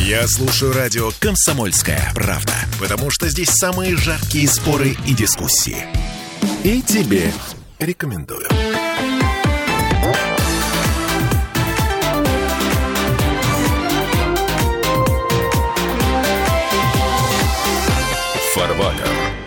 Я слушаю радио «Комсомольская правда», потому что здесь самые жаркие споры и дискуссии. И тебе рекомендую. Фарватер.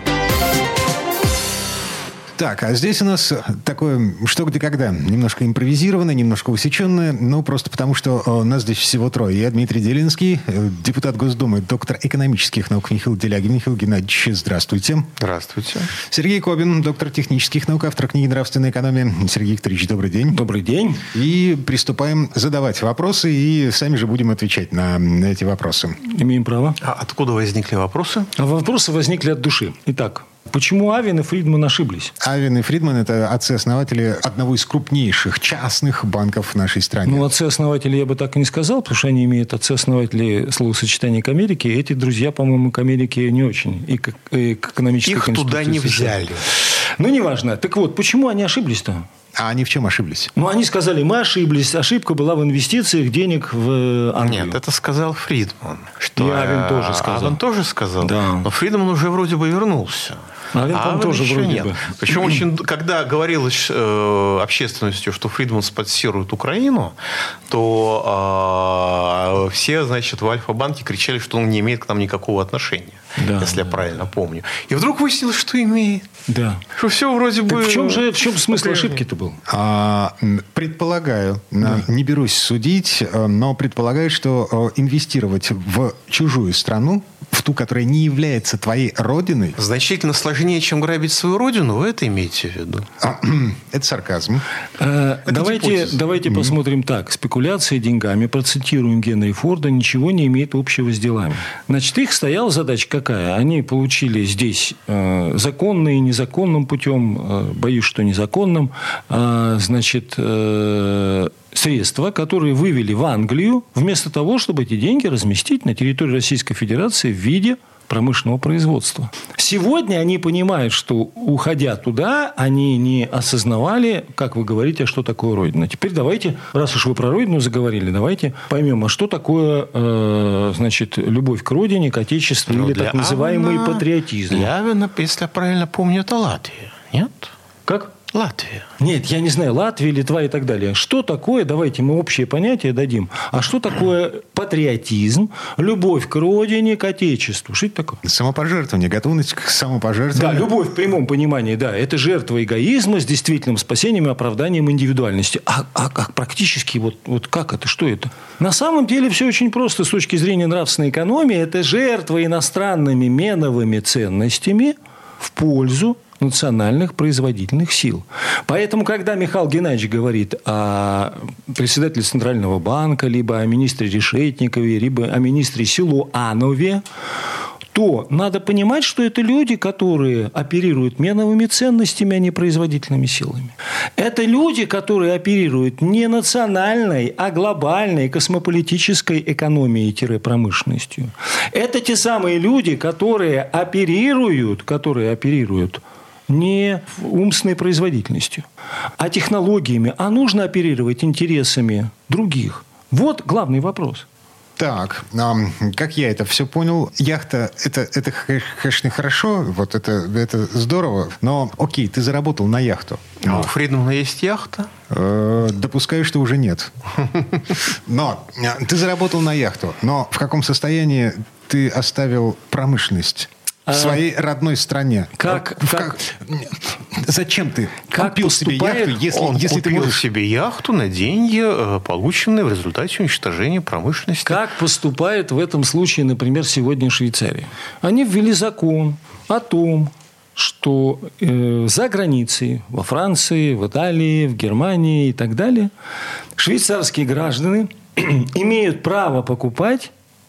Так, а здесь у нас такое «Что, где, когда». Немножко импровизированное, немножко усеченное. Ну, просто потому, что у нас здесь всего трое. Я Дмитрий Делинский, депутат Госдумы, доктор экономических наук Михаил Делягин. Михаил Геннадьевич, здравствуйте. Здравствуйте. Сергей Кобин, доктор технических наук, автор книги «Нравственная экономия». Сергей Викторович, добрый день. Добрый день. И приступаем задавать вопросы, и сами же будем отвечать на эти вопросы. Имеем право. А откуда возникли вопросы? А вопросы возникли от души. Итак, почему Авен и Фридман ошиблись? Авен и Фридман – это отцы-основатели одного из крупнейших частных банков в нашей стране. Ну, отцы-основатели я бы так и не сказал, потому что они имеют отцы-основатели словосочетания к Америке. И эти друзья, по-моему, к Америке не очень. И к экономической Их конституции туда не США. взяли. Ну, неважно. Так вот, почему они ошиблись-то? А они в чем ошиблись? Ну, они сказали, мы ошиблись. Ошибка была в инвестициях денег в Англию. Нет, это сказал Фридман. И Авен тоже сказал. Авен тоже сказал? Да. Но Фридман уже вроде бы вернулся. Авен тоже еще вроде нет. бы. Причем, когда говорилось общественностью, что Фридман спонсирует Украину, то все, значит, в Альфа-банке кричали, что он не имеет к нам никакого отношения. Да, если я правильно помню. И вдруг выяснилось, что имеет. Да. Что все вроде бы... В чем смысл ошибки-то был? Предполагаю, не берусь судить, но предполагаю, что инвестировать в чужую страну, в ту, которая не является твоей родиной... Значительно сложнее, чем грабить свою родину, вы это имеете в виду? Это сарказм. Давайте посмотрим так. Спекуляции деньгами, процитируем Генри Форда, ничего не имеет общего с делами. Значит, их стояла задача какая? Они получили здесь законным и незаконным путем, боюсь, что незаконным, значит, средства, которые вывели в Англию, вместо того, чтобы эти деньги разместить на территории Российской Федерации в виде промышленного производства. Сегодня они понимают, что, уходя туда, они не осознавали, как вы говорите, что такое Родина. Теперь давайте, раз уж вы про Родину заговорили, давайте поймем, а что такое, значит, любовь к Родине, к Отечеству или так называемый патриотизм. Для Авена, если я правильно помню, это Латвия. Нет? Как? Латвия. Нет, я не знаю, Латвия, Литва и так далее. Что такое, давайте мы общее понятие дадим, а что такое патриотизм, любовь к родине, к отечеству? Что это такое? Самопожертвование, готовность к самопожертвованию. Да, любовь в прямом понимании, да. Это жертва эгоизма с действительным спасением и оправданием индивидуальности. А как практически, вот как это, что это? На самом деле все очень просто с точки зрения нравственной экономии. Это жертва иностранными меновыми ценностями в пользу национальных производительных сил. Поэтому, когда Михаил Геннадьевич говорит о председателе Центрального банка, либо о министре Решетникове, либо о министре Силуанове, то надо понимать, что это люди, которые оперируют меновыми ценностями, а не производительными силами. Это люди, которые оперируют не национальной, а глобальной космополитической экономией-промышленностью. Это те самые люди, которые оперируют не умственной производительностью, а технологиями. А нужно оперировать интересами других. Вот главный вопрос. Так, как я это все понял, яхта это конечно, хорошо, вот это здорово, но окей, ты заработал на яхту. А у Фридмана есть яхта? Допускаю, что уже нет. Но ты заработал на яхту, но в каком состоянии ты оставил промышленность? В своей родной стране. Зачем ты купил себе яхту, если ты купил себе яхту на деньги, полученные в результате уничтожения промышленности? Как поступает в этом случае, например, сегодня Швейцария? Они ввели закон о том, что за границей, во Франции, в Италии, в Германии и так далее, швейцарские граждане имеют право покупать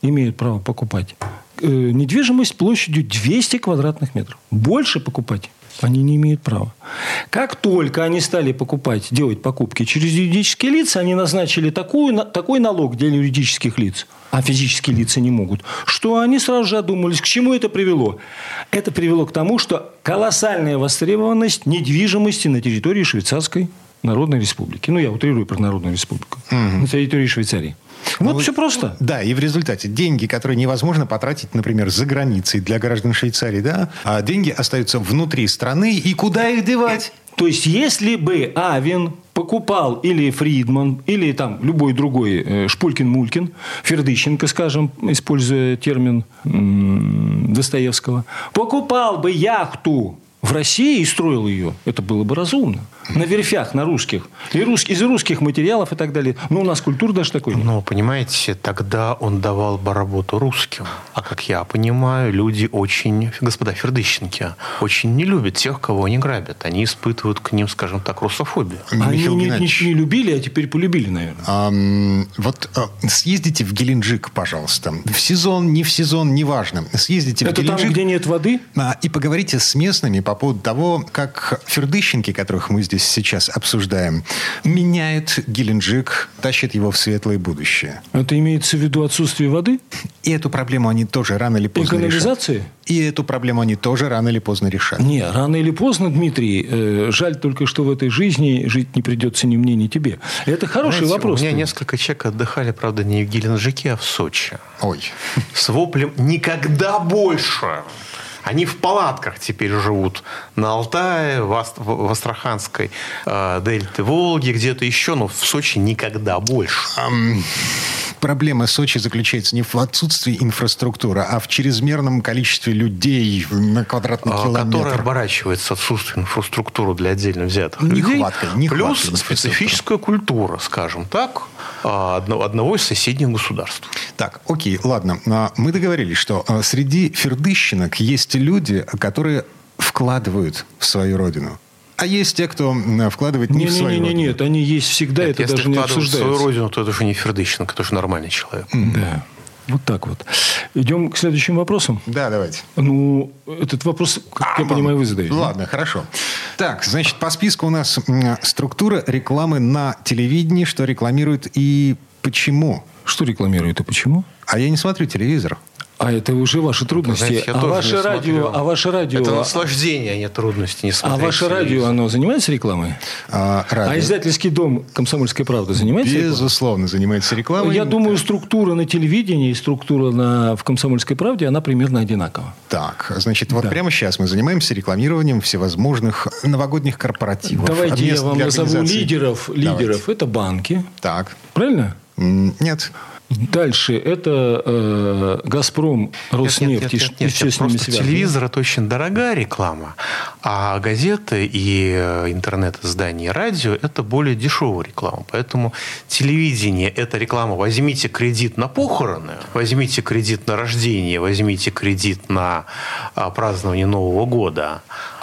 недвижимость площадью 200 квадратных метров. Больше покупать они не имеют права. Как только они стали делать покупки через юридические лица, они назначили такой налог для юридических лиц, а физические лица не могут, что они сразу же одумались, к чему это привело. Это привело к тому, что колоссальная востребованность недвижимости на территории Швейцарской Народной Республики. Ну, я утрирую про Народную Республику. На территории Швейцарии. Вот все просто. Да, и в результате деньги, которые невозможно потратить, например, за границей для граждан Швейцарии, да, а деньги остаются внутри страны, и куда их девать? То есть, если бы Авен покупал или Фридман, или там любой другой Шпулькин-Мулькин, Фердыщенко, скажем, используя термин Достоевского, покупал бы яхту в России и строил ее, это было бы разумно. На верфях, на русских. Из русских материалов и так далее. Но у нас культура даже такой нет. Но, понимаете, тогда он давал бы работу русским. А как я понимаю, люди очень, господа Фердыщенки, очень не любят тех, кого они грабят. Они испытывают к ним, скажем так, русофобию. Они не любили, а теперь полюбили, наверное. Съездите в Геленджик, пожалуйста. В сезон, не в сезон, неважно. Съездите в Геленджик. Это там, где нет воды? И поговорите с местными по поводу того, как Фердыщенки, которых мы здесь сейчас обсуждаем, меняют Геленджик, тащат его в светлое будущее. Это имеется в виду отсутствие воды? И эту проблему они тоже рано или поздно решат. И канализации? И эту проблему они тоже рано или поздно решат. Не, рано или поздно, Дмитрий. Жаль только, что в этой жизни жить не придется ни мне, ни тебе. Это хороший вопрос. У меня несколько человек отдыхали, правда, не в Геленджике, а в Сочи. Ой. С воплем «никогда больше». Они в палатках теперь живут на Алтае, в Астраханской дельте Волги, где-то еще, но в Сочи никогда больше. Проблема Сочи заключается не в отсутствии инфраструктуры, а в чрезмерном количестве людей на квадратный километр. Которое оборачивается отсутствием инфраструктуры для отдельно взятых Нехватка людей. Плюс специфическая культура, скажем так, одного из соседних государств. Так, окей, ладно. Мы договорились, что среди фердыщенок есть люди, которые вкладывают в свою родину. А есть те, кто вкладывает не в свою родину. Нет, они есть всегда, это даже не обсуждается. Если вкладывать в свою родину, то это уже не Фердыщенко, это уже нормальный человек. Да. Вот так вот. Идем к следующим вопросам? Да, давайте. Этот вопрос, как я понимаю, вы задаете. Ладно, хорошо. Так, значит, по списку у нас структура рекламы на телевидении, что рекламирует и почему. Что рекламирует и почему? А я не смотрю телевизор. А это уже ваши трудности. Знаете, ваше радио... Это наслаждение, а не трудности. Не а ваше радио, оно занимается рекламой? А издательский дом «Комсомольская правда» занимается рекламой? Безусловно, занимается рекламой. Я думаю, структура на телевидении и структура в «Комсомольской правде», она примерно одинакова. Так, значит, вот прямо сейчас мы занимаемся рекламированием всевозможных новогодних корпоративов. Давайте я вам назову лидеров. Это банки. Так. Правильно? Нет. Dальше это «Газпром», «Роснефть» и все с ними связано. Телевизор – это очень дорогая реклама, а газеты и интернет-издания и радио – это более дешевая реклама. Поэтому телевидение – это реклама «возьмите кредит на похороны», «возьмите кредит на рождение», «возьмите кредит на празднование Нового года».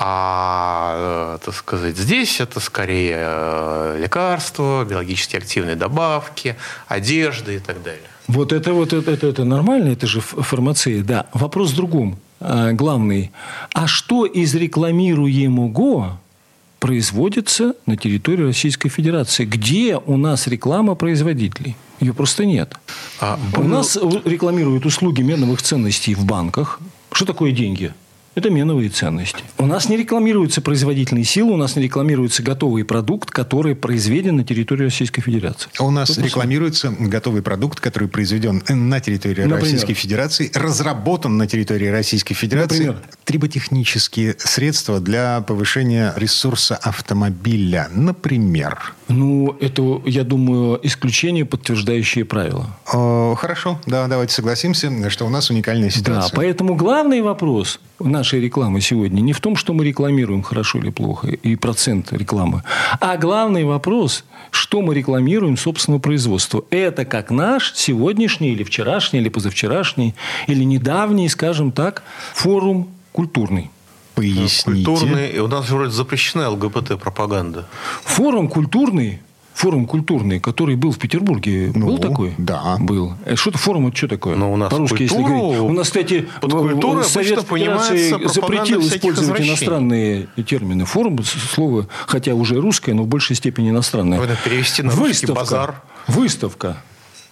А, так сказать, здесь это скорее лекарства, биологически активные добавки, одежда и так далее. Вот это нормально, это же фармация, да. Вопрос в другом, главный. А что из рекламируемого производится на территории Российской Федерации? Где у нас реклама производителей? Ее просто нет. У нас рекламируют услуги меновых ценностей в банках. Что такое деньги? Это меновые ценности. У нас не рекламируются производительные силы, у нас не рекламируется готовый продукт, который произведен на территории Российской Федерации. У нас рекламируется готовый продукт, который произведен на территории Российской Федерации, разработан на территории Российской Федерации. Например? Триботехнические средства для повышения ресурса автомобиля. Например. Это, я думаю, исключение, подтверждающее правило. Хорошо. Да, давайте согласимся, что у нас уникальная ситуация. Да, поэтому главный вопрос нашей рекламы сегодня не в том, что мы рекламируем хорошо или плохо, и процент рекламы, а главный вопрос, что мы рекламируем собственного производства. Это как наш сегодняшний, или вчерашний, или позавчерашний, или недавний, скажем так, форум культурный. Поясните. Культурный, у нас же вроде запрещена ЛГБТ-пропаганда. Форум культурный, который был в Петербурге. Был такой? Да. Был. Что-то форум, это что такое? Но у нас по-русски, если говорить. У нас, кстати, под культурой Совет Федерации запретил использовать иностранные термины. Форум, слово, хотя уже русское, но в большей степени иностранное. Можно перевести на русский базар. Выставка.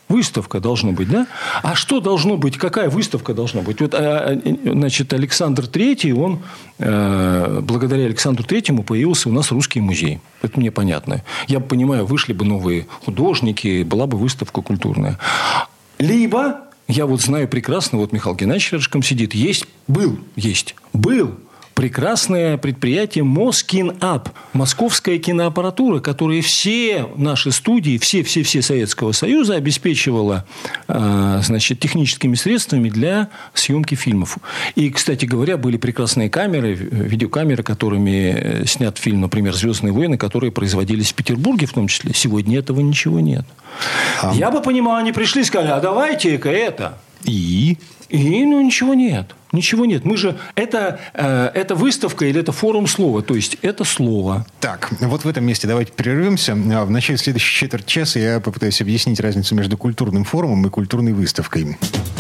Выставка должна быть, да? А что должно быть? Какая выставка должна быть? Вот, значит, Александр III, он, благодаря Александру Третьему появился у нас Русский музей. Это мне понятно. Я понимаю, вышли бы новые художники, была бы выставка культурная. Либо, я вот знаю прекрасно, вот Михаил Геннадьевич рядышком сидит, был прекрасное предприятие Москинап, московская киноаппаратура, которая все наши студии, все Советского Союза обеспечивала, значит, техническими средствами для съемки фильмов. И, кстати говоря, были прекрасные камеры, видеокамеры, которыми снят фильм, например, «Звездные войны», которые производились в Петербурге в том числе. Сегодня этого ничего нет. Я бы понимал, они пришли и сказали, а давайте-ка это. И ничего нет. Ничего нет. Мы же... Это выставка или это форум слова. То есть, это слово. Так, вот в этом месте давайте прервемся. В начале следующей четверти часа я попытаюсь объяснить разницу между культурным форумом и культурной выставкой.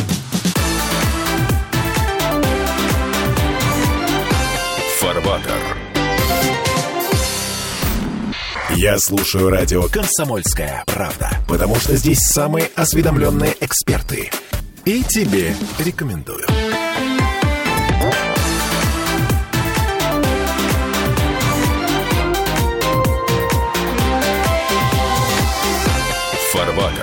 Фарватер. Я слушаю радио «Комсомольская правда», потому что здесь самые осведомленные эксперты. И тебе рекомендую. Фарватер.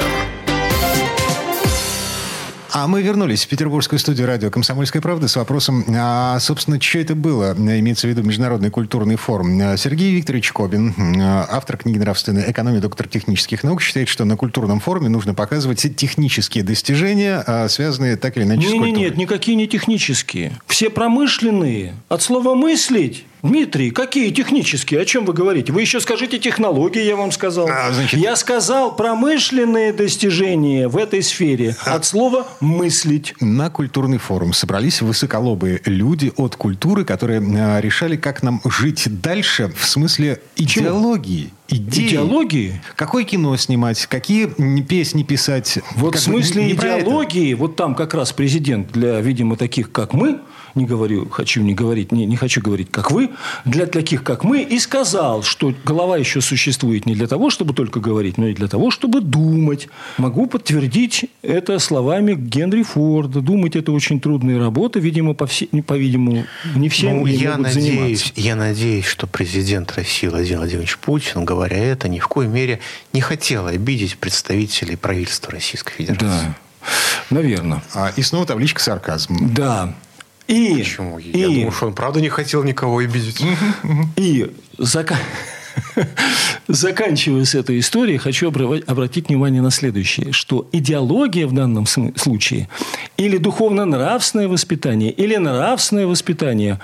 А мы вернулись в петербургскую студию радио «Комсомольская правда» с вопросом, собственно, что это было? Имеется в виду Международный культурный форум. Сергей Викторович Кобин, автор книги «Нравственная экономия», доктор технических наук, считает, что на культурном форуме нужно показывать технические достижения, связанные так или иначе с культурой. Нет, никакие не технические. Все промышленные. От слова «мыслить». Дмитрий, какие технические? О чем вы говорите? Вы еще скажите технологии, я вам сказал. Я сказал промышленные достижения в этой сфере. От слова «мыслить». На культурный форум собрались высоколобые люди от культуры, которые решали, как нам жить дальше в смысле идеологии. Идеологии? Какое кино снимать, какие песни писать. Вот в смысле идеологии, вот там как раз президент для, видимо, таких, как мы, не хочу говорить, как вы, для таких, как мы, и сказал, что голова еще существует не для того, чтобы только говорить, но и для того, чтобы думать. Могу подтвердить это словами Генри Форда. Думать – это очень трудная работа, видимо, по-видимому, не все могут заниматься. Я надеюсь, что президент России Владимир Владимирович Путин, говоря это, ни в коей мере не хотел обидеть представителей правительства Российской Федерации. Да, наверное. И снова табличка «Сарказм». Да. Почему? Я думаю, что он правда не хотел никого обидеть. И заканчивая с этой историей, хочу обратить внимание на следующее, что идеология в данном случае или духовно-нравственное воспитание, или нравственное воспитание,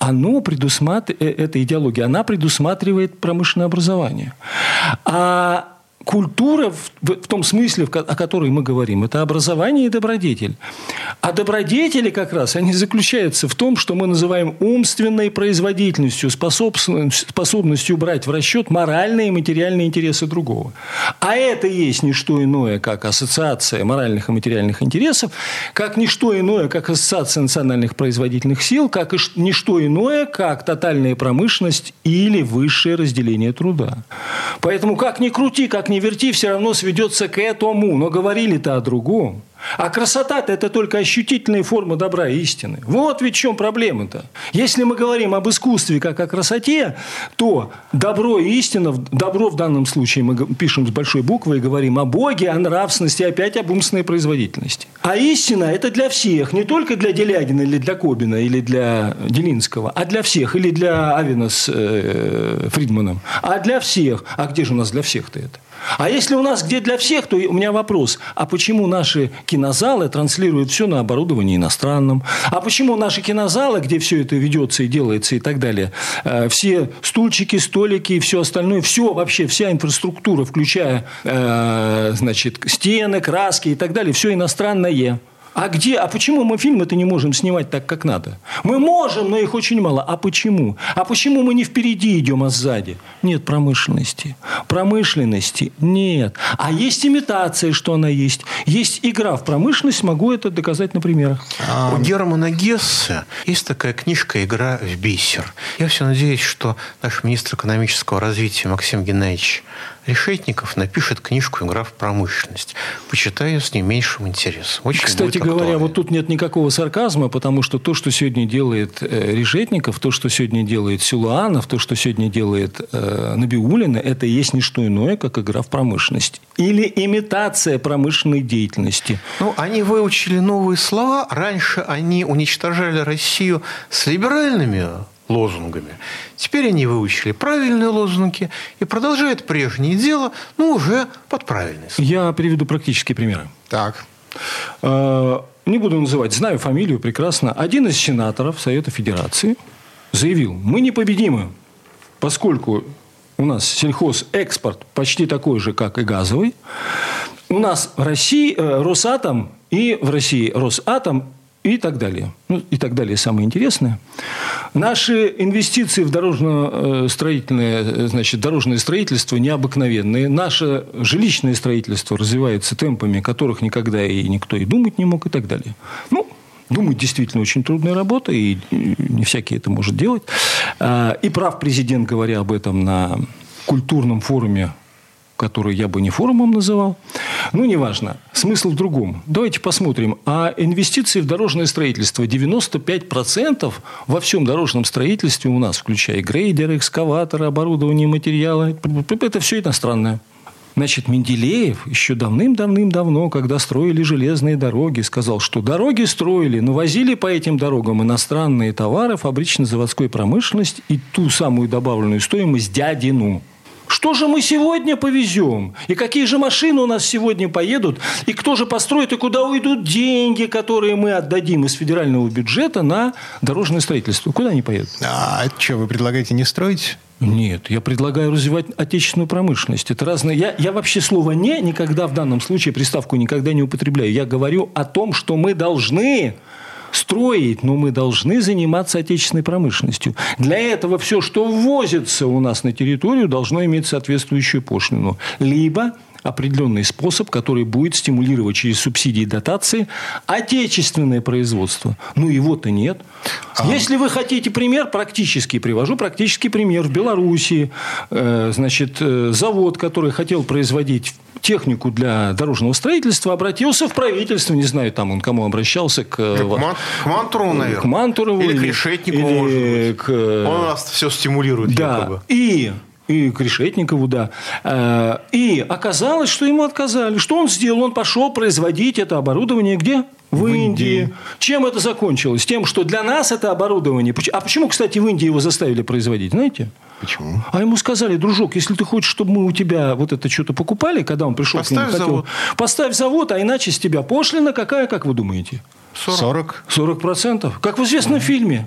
эта идеология, она предусматривает промышленное образование. А культура, в том смысле, о которой мы говорим, это образование и добродетель. А добродетели как раз, они заключаются в том, что мы называем умственной производительностью, способностью брать в расчет моральные и материальные интересы другого. А это есть не что иное, как ассоциация моральных и материальных интересов, как не что иное, как ассоциация национальных производительных сил, как не что иное, как тотальная промышленность или высшее разделение труда. Поэтому как ни крути, как ни верти, все равно сведется к этому. Но говорили-то о другом. А красота-то – это только ощутительная форма добра и истины. Вот ведь в чем проблема-то. Если мы говорим об искусстве как о красоте, то добро и истина, добро в данном случае мы пишем с большой буквы и говорим о Боге, о нравственности, опять об умственной производительности. А истина – это для всех, не только для Делягина или для Кобина или для Делинского, а для всех, или для Авина с Фридманом, а для всех. А где же у нас для всех-то это? А если у нас где для всех, то у меня вопрос, а почему наши кинозалы транслируют все на оборудовании иностранном? А почему наши кинозалы, где все это ведется и делается и так далее, все стульчики, столики и все остальное, все вообще, вся инфраструктура, включая стены, краски и так далее, все иностранное? А почему мы фильмы-то не можем снимать так, как надо? Мы можем, но их очень мало. А почему? А почему мы не впереди идем, а сзади? Нет промышленности. Промышленности нет. А есть имитация, что она есть. Есть игра в промышленность. Могу это доказать на примерах. У Германа Гессе есть такая книжка «Игра в бисер». Я все надеюсь, что наш министр экономического развития Максим Геннадьевич Решетников напишет книжку «Игра в промышленность». Почитаю ее с не меньшим интересом. Очень Кстати говоря, вот тут нет никакого сарказма, потому что то, что сегодня делает Решетников, то, что сегодня делает Силуанов, то, что сегодня делает Набиуллина, это и есть не что иное, как игра в промышленность. Или имитация промышленной деятельности. Ну, они выучили новые слова. Раньше они уничтожали Россию с либеральными лозунгами. Теперь они выучили правильные лозунги и продолжают прежнее дело, но уже под правильные слова. Я приведу практические примеры. Так. Не буду называть, знаю фамилию прекрасно. Один из сенаторов Совета Федерации заявил: мы непобедимы, поскольку у нас сельхозэкспорт почти такой же, как и газовый. У нас в России Росатом и в России Росатом и так далее. Ну, и так далее самое интересное. Наши инвестиции в дорожное строительство необыкновенные. Наше жилищное строительство развивается темпами, которых никогда и никто и думать не мог, и так далее. Ну, думать действительно очень трудная работа, и не всякий это может делать. И прав президент, говоря об этом на культурном форуме, который я бы не форумом называл. Ну, неважно. Смысл в другом. Давайте посмотрим. А инвестиции в дорожное строительство 95% во всем дорожном строительстве у нас, включая грейдеры, экскаваторы, оборудование, материалы. Это все иностранное. Значит, Менделеев еще давным-давным-давно, когда строили железные дороги, сказал, что дороги строили, но возили по этим дорогам иностранные товары, фабрично-заводской промышленности и ту самую добавленную стоимость дядину. Что же мы сегодня повезем? И какие же машины у нас сегодня поедут? И кто же построит? И куда уйдут деньги, которые мы отдадим из федерального бюджета на дорожное строительство? Куда они поедут? А что, вы предлагаете не строить? Нет, я предлагаю развивать отечественную промышленность. Это разные. Я вообще слово «не» никогда в данном случае, приставку никогда не употребляю. Я говорю о том, что мы должны строить, но мы должны заниматься отечественной промышленностью. Для этого все, что ввозится у нас на территорию, должно иметь соответствующую пошлину. Либо определенный способ, который будет стимулировать через субсидии и дотации отечественное производство. Ну, его-то нет. Если вы хотите пример, привожу практический пример. В Белоруссии, завод, который хотел производить технику для дорожного строительства, обратился в правительство. Не знаю, там он кому обращался. К Мантурову, наверное. К Мантурову. Или к Решетникову, может быть. Он нас все стимулирует, якобы. И к Решетникову, да. И оказалось, что ему отказали. Что он сделал? Он пошел производить это оборудование где? В Индии. Чем это закончилось? Тем, что для нас это оборудование... А почему, кстати, в Индии его заставили производить? Знаете? Почему? А ему сказали: дружок, если ты хочешь, чтобы мы у тебя вот это что-то покупали, когда он пришел к ним, поставь завод, а иначе с тебя пошлина какая, как вы думаете? 40%. Как в известном фильме.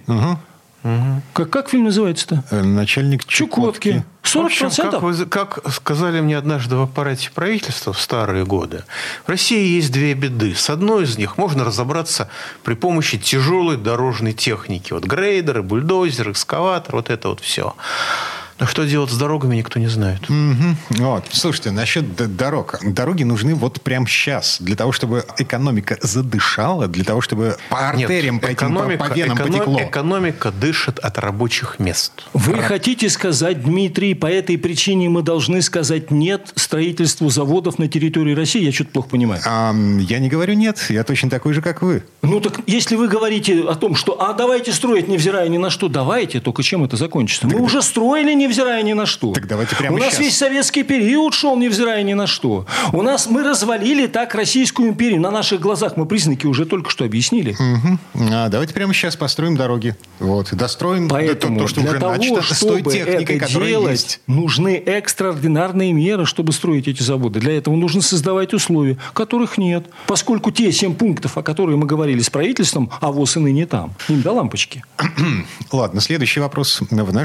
Как фильм называется-то? Начальник Чукотки. 40%. Как сказали мне однажды в аппарате правительства в старые годы, в России есть две беды. С одной из них можно разобраться при помощи тяжелой дорожной техники. Вот грейдеры, бульдозеры, экскаватор, вот это вот все. Но что делать с дорогами, никто не знает. Вот. Слушайте, насчет дорог. Дороги нужны вот прямо сейчас. Для того, чтобы экономика задышала, для того, чтобы по артериям, по венам потекло. Экономика дышит от рабочих мест. Вы хотите сказать, Дмитрий, по этой причине мы должны сказать нет строительству заводов на территории России? Я что-то плохо понимаю. Я не говорю нет. Я точно такой же, как вы. Ну, так если вы говорите о том, что давайте строить, невзирая ни на что, давайте, только чем это закончится? Мы уже строили, невзирая ни на что. Так давайте прямо сейчас. У нас весь советский период шел, невзирая ни на что. Мы развалили так Российскую империю. На наших глазах мы признаки уже только что объяснили. Давайте прямо сейчас построим дороги. Вот. Достроим то, что уже начато, с той техникой, которая есть. Нужны экстраординарные меры, чтобы строить эти заводы. Для этого нужно создавать условия, которых нет. Поскольку те 7 пунктов, о которых мы говорили с правительством, ВОЗ и ныне там. Им до лампочки. Ладно, следующий вопрос в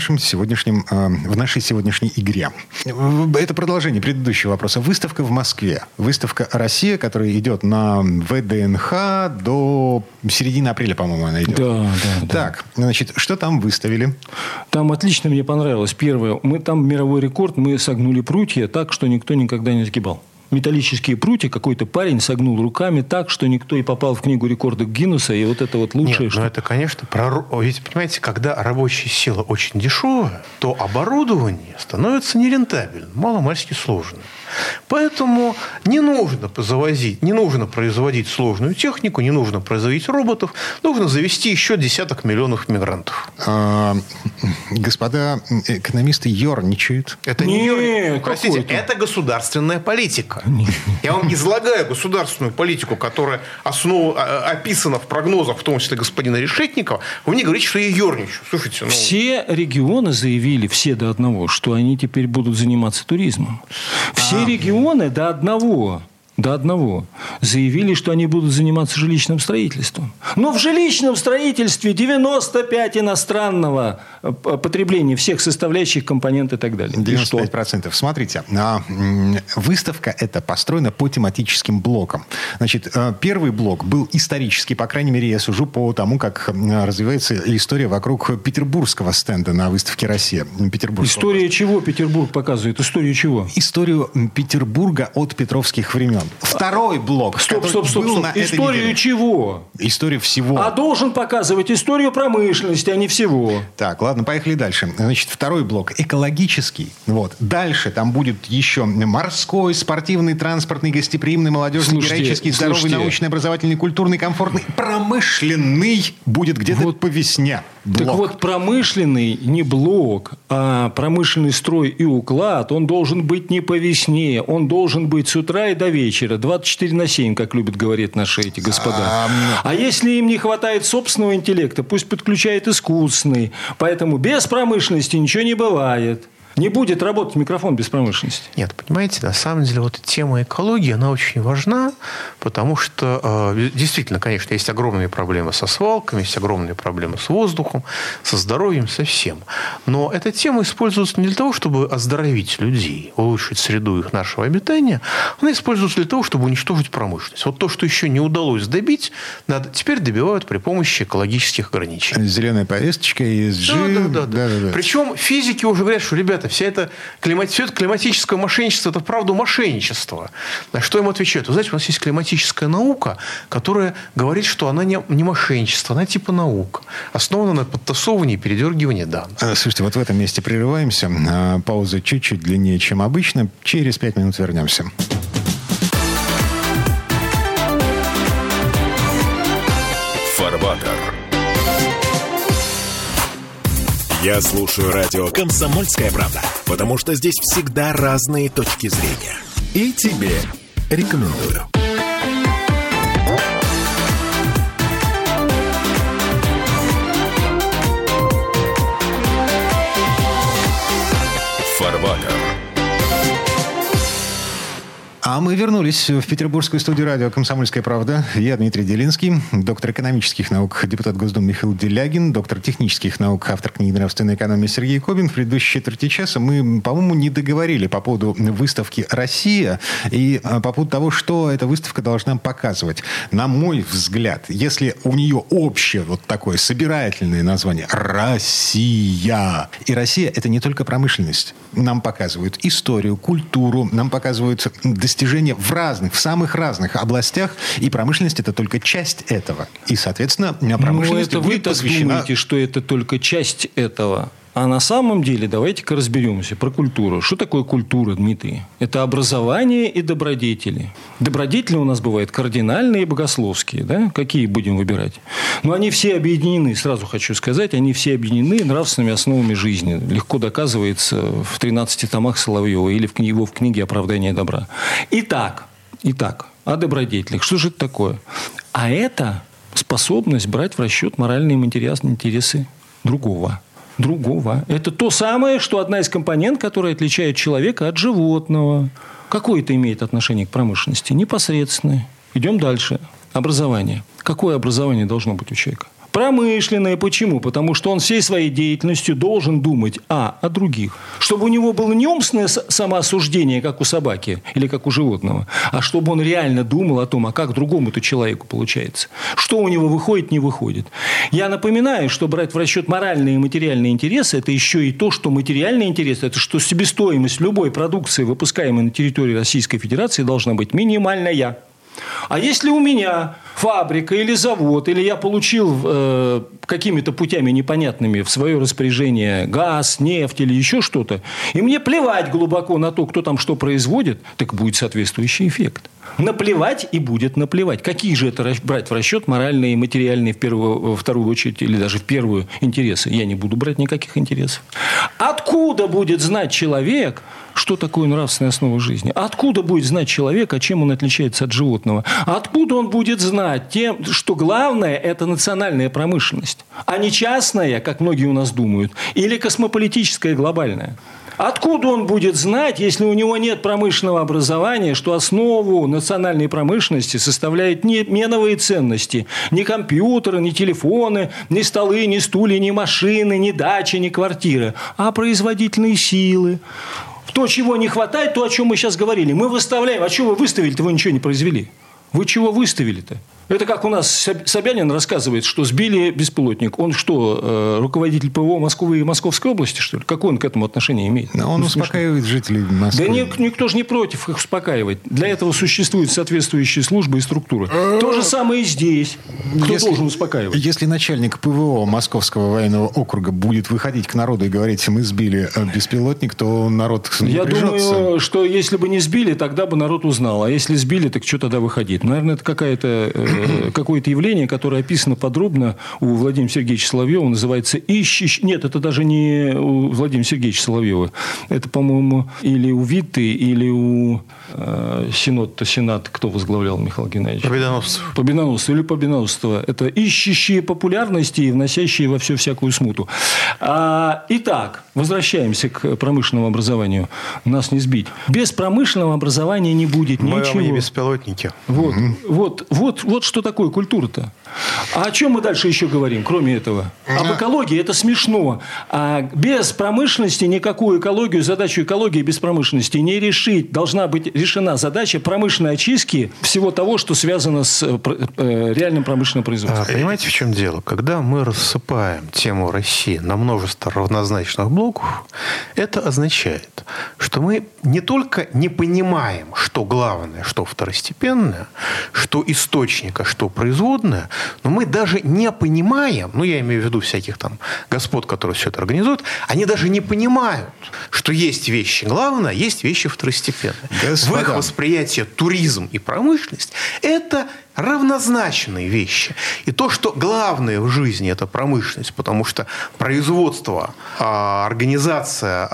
нашей сегодняшней игре. Это продолжение предыдущего вопроса. Выставка в Москве. Выставка «Россия», которая идет на ВДНХ до середины апреля, по-моему, она идет. Да. Так, значит, что там выставили? Там отлично мне понравилось. Первое, там мировой рекорд, мы согнули прутья так, что никто никогда не сгибал. металлические прутья, какой-то парень согнул руками так, что никто и попал в книгу рекордов Гиннесса, и вот это вот лучшее. Нет, это, конечно, ведь, понимаете, когда рабочая сила очень дешевая, то оборудование становится нерентабельным, маломальски сложным. Поэтому не нужно производить сложную технику, не нужно производить роботов, нужно завести еще десяток миллионов мигрантов. Господа экономисты ерничают. Это не ерничают. Простите, это государственная политика. Я вам излагаю государственную политику, которая описана в прогнозах, в том числе господина Решетникова. Вы мне говорите, что я ерничаю. Слушайте, все регионы заявили, все до одного, что они теперь будут заниматься туризмом. Все регионы до одного заявили, что они будут заниматься жилищным строительством. Но в жилищном строительстве 95 иностранного потребления всех составляющих, компонент и так далее. 95%. Смотрите, выставка эта построена по тематическим блокам. Значит, первый блок был исторический, по крайней мере, я сужу по тому, как развивается история вокруг петербургского стенда на выставке «Россия». История чего Петербург показывает? Историю чего? Историю Петербурга от петровских времен. Второй блок. Стоп. Историю чего? Историю всего. А должен показывать историю промышленности, а не всего. Так, ладно, поехали дальше. Значит, второй блок. Экологический. Вот. Дальше там будет еще морской, спортивный, транспортный, гостеприимный, молодежный, героический, здоровый, научный, образовательный, культурный, комфортный, промышленный будет где-то вот по весне. Блок. Так вот, промышленный не блок, а промышленный строй и уклад, он должен быть не по весне, он должен быть с утра и до вечера. 24/7, как любят говорить наши эти господа. А если им не хватает собственного интеллекта, пусть подключает искусственный. Поэтому без промышленности ничего не бывает. Не будет работать микрофон без промышленности. Нет, понимаете, на самом деле вот тема экологии, она очень важна, потому что действительно, конечно, есть огромные проблемы со свалками, есть огромные проблемы с воздухом, со здоровьем, со всем. Но эта тема используется не для того, чтобы оздоровить людей, улучшить среду их нашего обитания, она используется для того, чтобы уничтожить промышленность. Вот то, что еще не удалось добить, теперь добивают при помощи экологических ограничений. Зеленая повесточка, ESG. Да. Причем физики уже говорят, что, ребята, все это климатическое мошенничество – это вправду мошенничество. На что им отвечают? Вы знаете, у нас есть климатическая наука, которая говорит, что она не мошенничество, она типа наука. Основана на подтасовывании и передергивании данных. Слушайте, вот в этом месте прерываемся. Пауза чуть-чуть длиннее, чем обычно. Через 5 минут вернемся. Фарватер. Я слушаю радио «Комсомольская правда», потому что здесь всегда разные точки зрения. И тебе рекомендую. Фарватер. А мы вернулись в петербургскую студию радио «Комсомольская правда». Я Дмитрий Делинский, доктор экономических наук, депутат Госдумы Михаил Делягин, доктор технических наук, автор книги «Нравственная экономия» Сергей Кобин. В предыдущей четверти часа мы, по-моему, не договорили по поводу выставки «Россия» и по поводу того, что эта выставка должна показывать. На мой взгляд, если у нее общее вот такое собирательное название «Россия», и Россия – это не только промышленность. Нам показывают историю, культуру, нам показывают достижения в самых разных областях, и промышленность – это только часть этого. И, соответственно, промышленность будет посвящена... Вы думаете, что это только часть этого? А на самом деле, давайте-ка разберемся про культуру. Что такое культура, Дмитрий? Это образование и добродетели. Добродетели у нас бывают кардинальные и богословские. Да? Какие будем выбирать? Но они все объединены, сразу хочу сказать, они все объединены нравственными основами жизни. Легко доказывается в 13 томах Соловьева или в книге «Оправдание добра». Итак, о добродетелях. Что же это такое? А это способность брать в расчет моральные интересы другого. Это то самое, что одна из компонент, которая отличает человека от животного. Какое это имеет отношение к промышленности? Непосредственное. Идем дальше. Образование. Какое образование должно быть у человека? Промышленное. Почему? Потому что он всей своей деятельностью должен думать о других. Чтобы у него было не умственное самоосуждение, как у собаки или как у животного, а чтобы он реально думал о том, а как другому-то человеку получается. Что у него выходит, не выходит. Я напоминаю, что брать в расчет моральные и материальные интересы, это еще и то, что материальные интересы, это что себестоимость любой продукции, выпускаемой на территории Российской Федерации, должна быть минимальная. А если у меня фабрика или завод, или я получил какими-то путями непонятными в свое распоряжение газ, нефть или еще что-то, и мне плевать глубоко на то, кто там что производит, так будет соответствующий эффект. Наплевать и будет наплевать. Какие же это брать в расчет моральные и материальные во вторую очередь или даже в первую интересы? Я не буду брать никаких интересов. Откуда будет знать человек, что такое нравственная основа жизни? Откуда будет знать человек, а чем он отличается от животного? Откуда он будет знать тем, что главное – это национальная промышленность, а не частная, как многие у нас думают, или космополитическая глобальная? Откуда он будет знать, если у него нет промышленного образования, что основу национальной промышленности составляют не меновые ценности, ни компьютеры, ни телефоны, ни столы, ни стулья, ни машины, ни дачи, ни квартиры, а производительные силы. То, чего не хватает, то, о чем мы сейчас говорили. Мы выставляем. А что вы выставили-то? Вы ничего не произвели. Вы чего выставили-то? Это как у нас Собянин рассказывает, что сбили беспилотник. Он что, руководитель ПВО Москвы и Московской области, что ли? Какое он к этому отношение имеет? Но он успокаивает жителей Москвы. Да никто же не против их успокаивать. Для этого существуют соответствующие службы и структуры. То же самое и здесь. Кто должен успокаивать? Если начальник ПВО Московского военного округа будет выходить к народу и говорить, мы сбили беспилотник, то народ напряжется. Я думаю, что если бы не сбили, тогда бы народ узнал. А если сбили, так что тогда выходить? Наверное, это какое-то явление, которое описано подробно у Владимира Сергеевича Соловьева, называется «Ищущий». Нет, это даже не у Владимира Сергеевича Соловьева. Это, по-моему, или у Витты, или у Сенат, кто возглавлял, Михаил Геннадьевич? Победоносцев или Победоносцева. Это «Ищущие популярности и вносящие во все всякую смуту». Итак, возвращаемся к промышленному образованию. Нас не сбить. Без промышленного образования не будет ничего. Мы не беспилотники. Вот что такое культура-то. А о чем мы дальше еще говорим, кроме этого? Об экологии. Это смешно. А без промышленности никакую экологию, задачу экологии без промышленности не решить. Должна быть решена задача промышленной очистки всего того, что связано с реальным промышленным производством. Понимаете, в чем дело? Когда мы рассыпаем тему России на множество равнозначных блоков, это означает, что мы не только не понимаем, что главное, что второстепенное, что источник, а что производное, но мы даже не понимаем, я имею в виду всяких там господ, которые все это организуют, они даже не понимают, что есть вещи главное, есть вещи второстепенные. В их восприятии туризм и промышленность – это равнозначные вещи. И то, что главное в жизни – это промышленность, потому что производство, организация,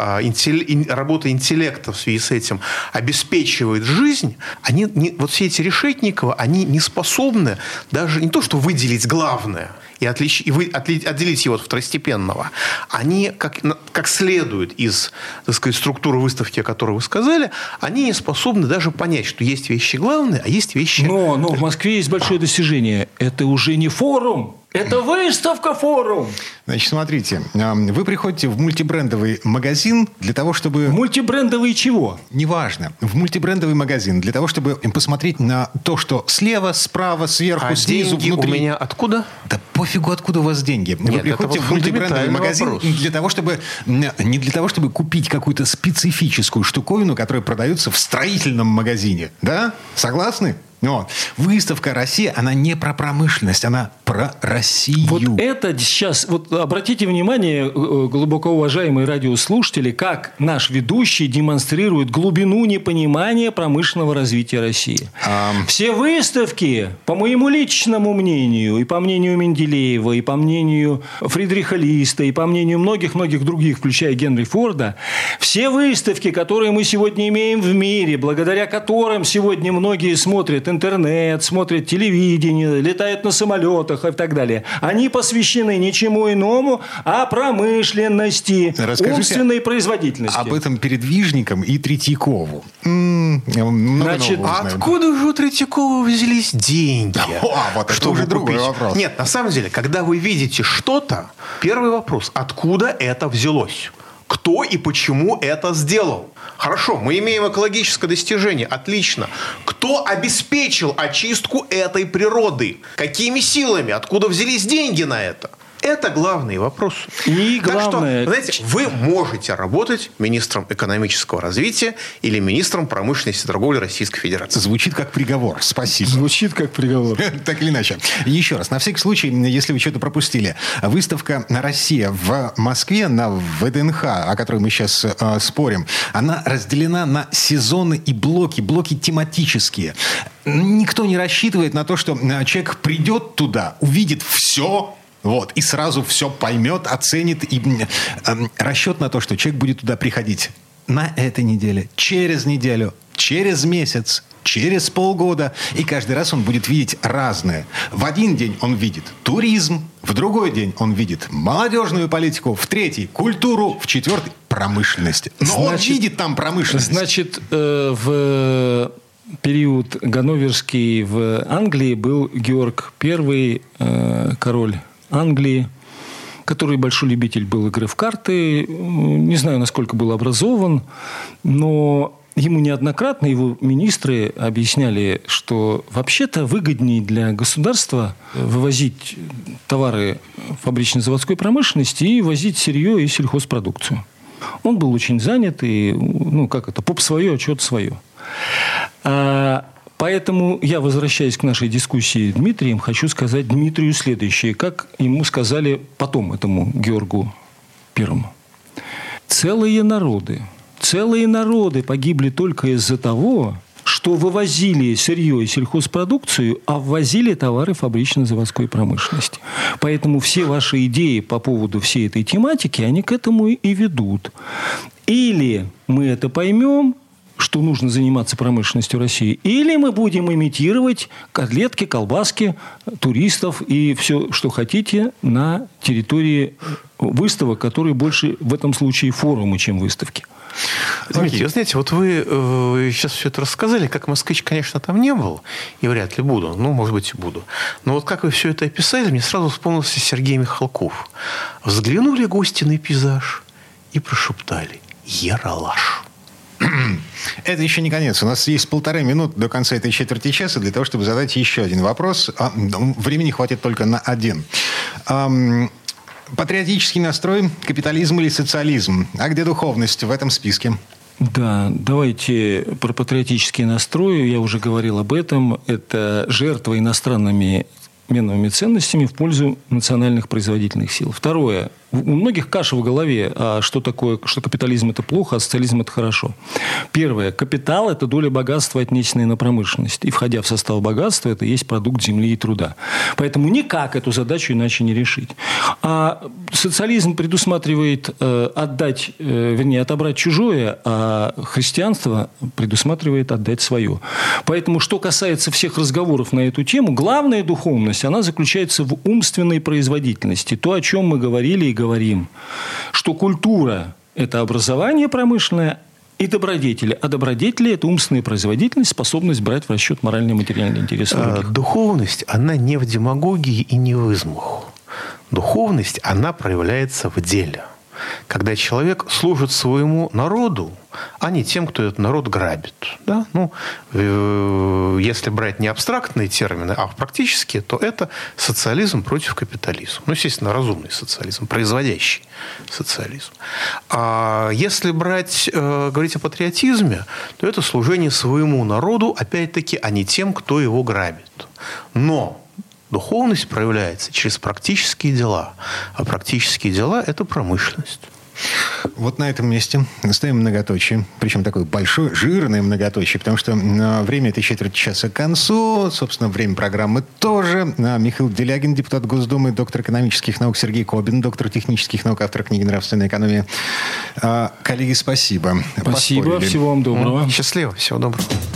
работа интеллекта в связи с этим обеспечивает жизнь, вот все эти Решетниковы, они не способны даже не то, что выделить главное и отделить его от второстепенного. Они, как следует из, так сказать, структуры выставки, о которой вы сказали, они не способны даже понять, что есть вещи главные, а есть вещи... Но в Москве есть большое достижение. Это уже не форум. Это выставка-форум. Значит, смотрите. Вы приходите в мультибрендовый магазин для того, чтобы... Мультибрендовый чего? Неважно. В мультибрендовый магазин для того, чтобы посмотреть на то, что слева, справа, сверху, снизу, деньги внутри. У меня откуда? Да пофигу, откуда у вас деньги. Вы приходите в мультибрендовый магазин для того, чтобы... Не для того, чтобы купить какую-то специфическую штуковину, которая продается в строительном магазине. Да? Согласны? Выставка «Россия», она не про промышленность, она про Россию. Вот это сейчас... Вот обратите внимание, глубоко уважаемые радиослушатели, как наш ведущий демонстрирует глубину непонимания промышленного развития России. Все выставки, по моему личному мнению, и по мнению Менделеева, и по мнению Фридриха Листа, и по мнению многих-многих других, включая Генри Форда, все выставки, которые мы сегодня имеем в мире, благодаря которым сегодня многие смотрят интернет, смотрят телевидение, летают на самолетах и так далее. Они посвящены ничему иному, а промышленности, умственной производительности. Об этом передвижникам и Третьякову. Значит, откуда же у Третьякова взялись деньги? Вот это уже другой вопрос. Нет, на самом деле, когда вы видите что-то, первый вопрос, откуда это взялось? Кто и почему это сделал? Хорошо, мы имеем экологическое достижение, отлично. Кто обеспечил очистку этой природы? Какими силами? Откуда взялись деньги на это? Это главный вопрос. И главное... Так что, знаете, вы можете работать министром экономического развития или министром промышленности и торговли Российской Федерации. Звучит как приговор. Спасибо. Звучит как приговор. Так или иначе. Еще раз, на всякий случай, если вы что-то пропустили. Выставка «Россия» в Москве на ВДНХ, о которой мы сейчас спорим, она разделена на сезоны и блоки. Блоки тематические. Никто не рассчитывает на то, что человек придет туда, увидит все... и сразу все поймет, оценит. И расчет на то, что человек будет туда приходить на этой неделе, через неделю, через месяц, через полгода. И каждый раз он будет видеть разное. В один день он видит туризм, в другой день он видит молодежную политику, в третий – культуру, в четвертый – промышленность. Но он видит там промышленность. Значит, в период ганноверский в Англии был Георг I, король Англии, который большой любитель был игры в карты. Не знаю, насколько был образован, но ему неоднократно его министры объясняли, что вообще-то выгоднее для государства вывозить товары фабрично-заводской промышленности и возить сырье и сельхозпродукцию. Он был очень занят, и, поп свое, а что-то свое. Поэтому я, возвращаясь к нашей дискуссии с Дмитрием, хочу сказать Дмитрию следующее, как ему сказали потом этому Георгу Первому. Целые народы погибли только из-за того, что вывозили сырье и сельхозпродукцию, а ввозили товары фабрично-заводской промышленности. Поэтому все ваши идеи по поводу всей этой тематики, они к этому и ведут. Или мы это поймем, что нужно заниматься промышленностью России, или мы будем имитировать котлетки, колбаски, туристов и все, что хотите, на территории выставок, которые больше в этом случае форумы, чем выставки. Дмитрий, вы знаете, вот вы сейчас все это рассказали, как москвич, конечно, там не был, и вряд ли буду, может быть, и буду. Но вот как вы все это описали, мне сразу вспомнился Сергей Михалков. Взглянули гости на пейзаж и прошептали: «Ералаш». Это еще не конец. У нас есть 1,5 минуты до конца этой четверти часа для того, чтобы задать еще один вопрос. Времени хватит только на один. Патриотический настрой, капитализм или социализм? А где духовность в этом списке? Да, давайте про патриотический настрой. Я уже говорил об этом. Это жертва иностранными меновыми ценностями в пользу национальных производительных сил. Второе. У многих каша в голове, что такое, что капитализм – это плохо, а социализм – это хорошо. Первое. Капитал – это доля богатства, отнесенная на промышленность. И, входя в состав богатства, это есть продукт земли и труда. Поэтому никак эту задачу иначе не решить. А социализм предусматривает отобрать чужое, а христианство предусматривает отдать свое. Поэтому, что касается всех разговоров на эту тему, главная духовность, она заключается в умственной производительности. То, о чем мы говорили и говорим, что культура – это образование промышленное и добродетели. А добродетели – это умственная производительность, способность брать в расчет моральные и материальные интересы других. Духовность, она не в демагогии и не в измах. Духовность, она проявляется в деле. Когда человек служит своему народу, а не тем, кто этот народ грабит. Да? Если брать не абстрактные термины, а практические, то это социализм против капитализма. Естественно, разумный социализм, производящий социализм. А если говорить о патриотизме, то это служение своему народу, опять-таки, а не тем, кто его грабит. Но духовность проявляется через практические дела. А практические дела – это промышленность. Вот на этом месте ставим многоточие. Причем такое большое, жирное многоточие. Потому что время этой четверти часа к концу. Собственно, время программы тоже. Михаил Делягин, депутат Госдумы, доктор экономических наук. Сергей Кобин, доктор технических наук, автор книги «Нравственная экономия». Коллеги, спасибо. Спасибо. Поспорили. Всего вам доброго. Счастливо. Всего доброго.